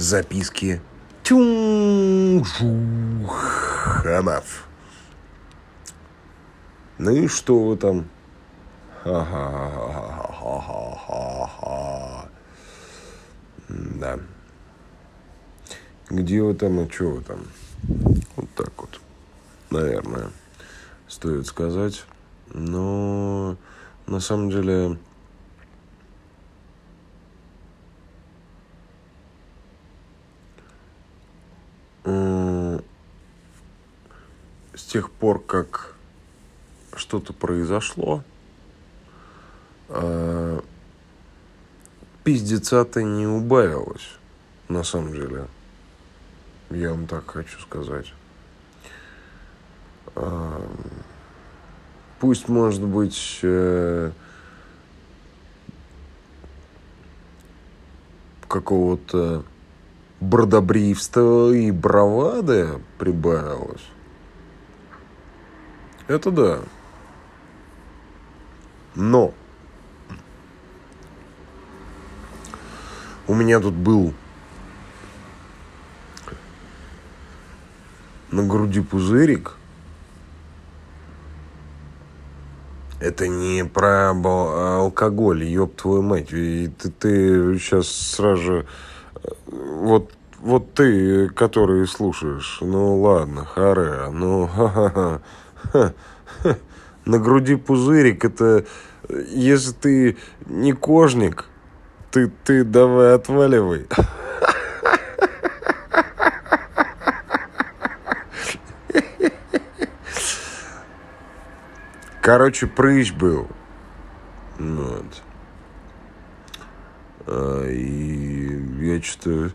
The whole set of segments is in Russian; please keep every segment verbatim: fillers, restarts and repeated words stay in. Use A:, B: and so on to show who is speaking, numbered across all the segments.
A: записки Тюнжуханов. Ну и что вы там? Ха-ха-ха-ха-ха-ха-ха. Да. Где вы там и что вы там? Вот так вот, наверное, стоит сказать. Но на самом деле с тех пор, как что-то произошло, пиздеца-то не убавилось, на самом деле. Я вам так хочу сказать. Пусть, может быть, какого-то бродобривства и бравады прибавилось. Это да. Но у меня тут был на груди пузырик. Это не про алкоголь, ёб твою мать. И ты, ты сейчас сразу же... Вот, вот ты, который слушаешь, ну ладно, харе, ну ха-ха-ха. Ха, ха. На груди пузырик, это... Если ты не кожник, ты, ты давай отваливай. Короче, прыщ был. Вот. А, и я что-то...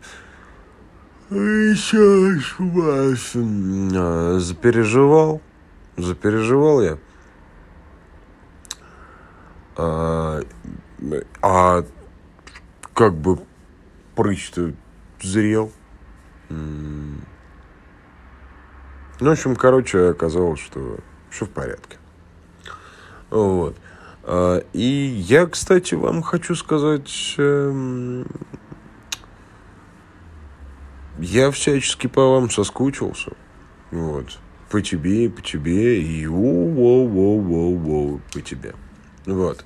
A: Сейчас вас запереживал. Запереживал я. А, а как бы прыщ-то зрел. Ну, в общем, короче, оказалось, что все в порядке. Вот. И я, кстати, вам хочу сказать, я всячески по вам соскучился. Вот. По тебе, по тебе и у-воу-воу-воу-воу по тебе. Вот.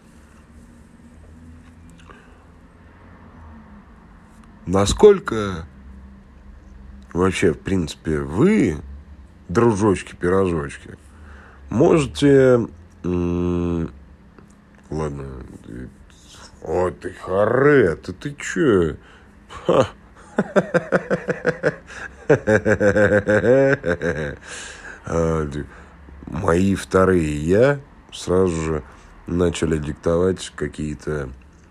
A: Насколько вообще, в принципе, вы, дружочки-пирожочки, можете... М- ладно. О, ты харе, ты, ты чё? Ха. Мои вторые я сразу же начали диктовать какие-то,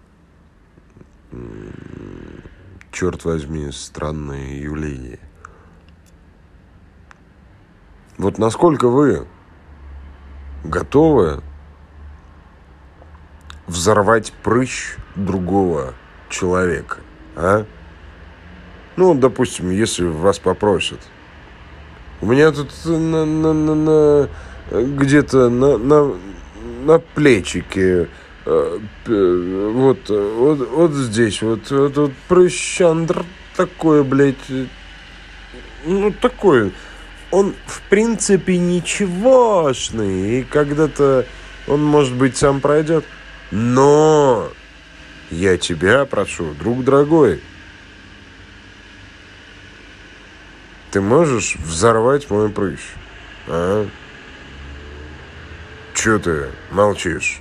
A: черт возьми, странные явления. Вот насколько вы готовы взорвать прыщ другого человека, а? Ну, допустим, если вас попросят. У меня тут на, на, на, на, где-то на, на, на плечике, э, вот, вот, вот здесь, вот, вот, вот прыщандр такой, блядь, ну, такой. Он, в принципе, ничегошный, и когда-то он, может быть, сам пройдет. Но я тебя прошу, друг дорогой, ты можешь взорвать мой прыщ, а? Чё ты молчишь?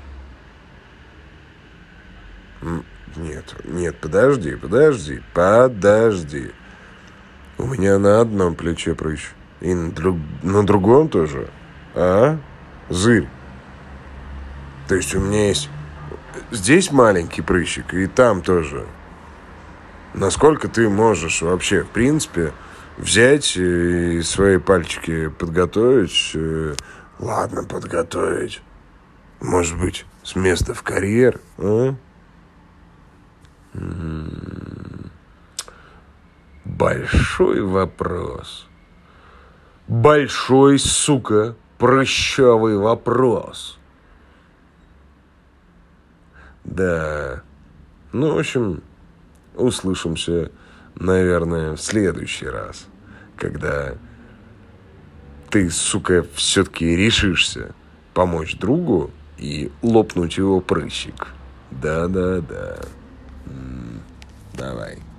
A: Нет, нет, подожди, подожди, подожди. У меня на одном плече прыщ. И на, друг, на другом тоже. А? Зырь. То есть у меня есть здесь маленький прыщик, и там тоже. Насколько ты можешь вообще, в принципе, взять и свои пальчики подготовить? Ладно, подготовить. Может быть, с места в карьер, а? Большой вопрос. Большой, сука, прыщавый вопрос. Да. Ну, в общем, услышимся наверное, в следующий раз, когда ты, сука, все-таки решишься помочь другу и лопнуть его прыщик. Да-да-да. М, Давай.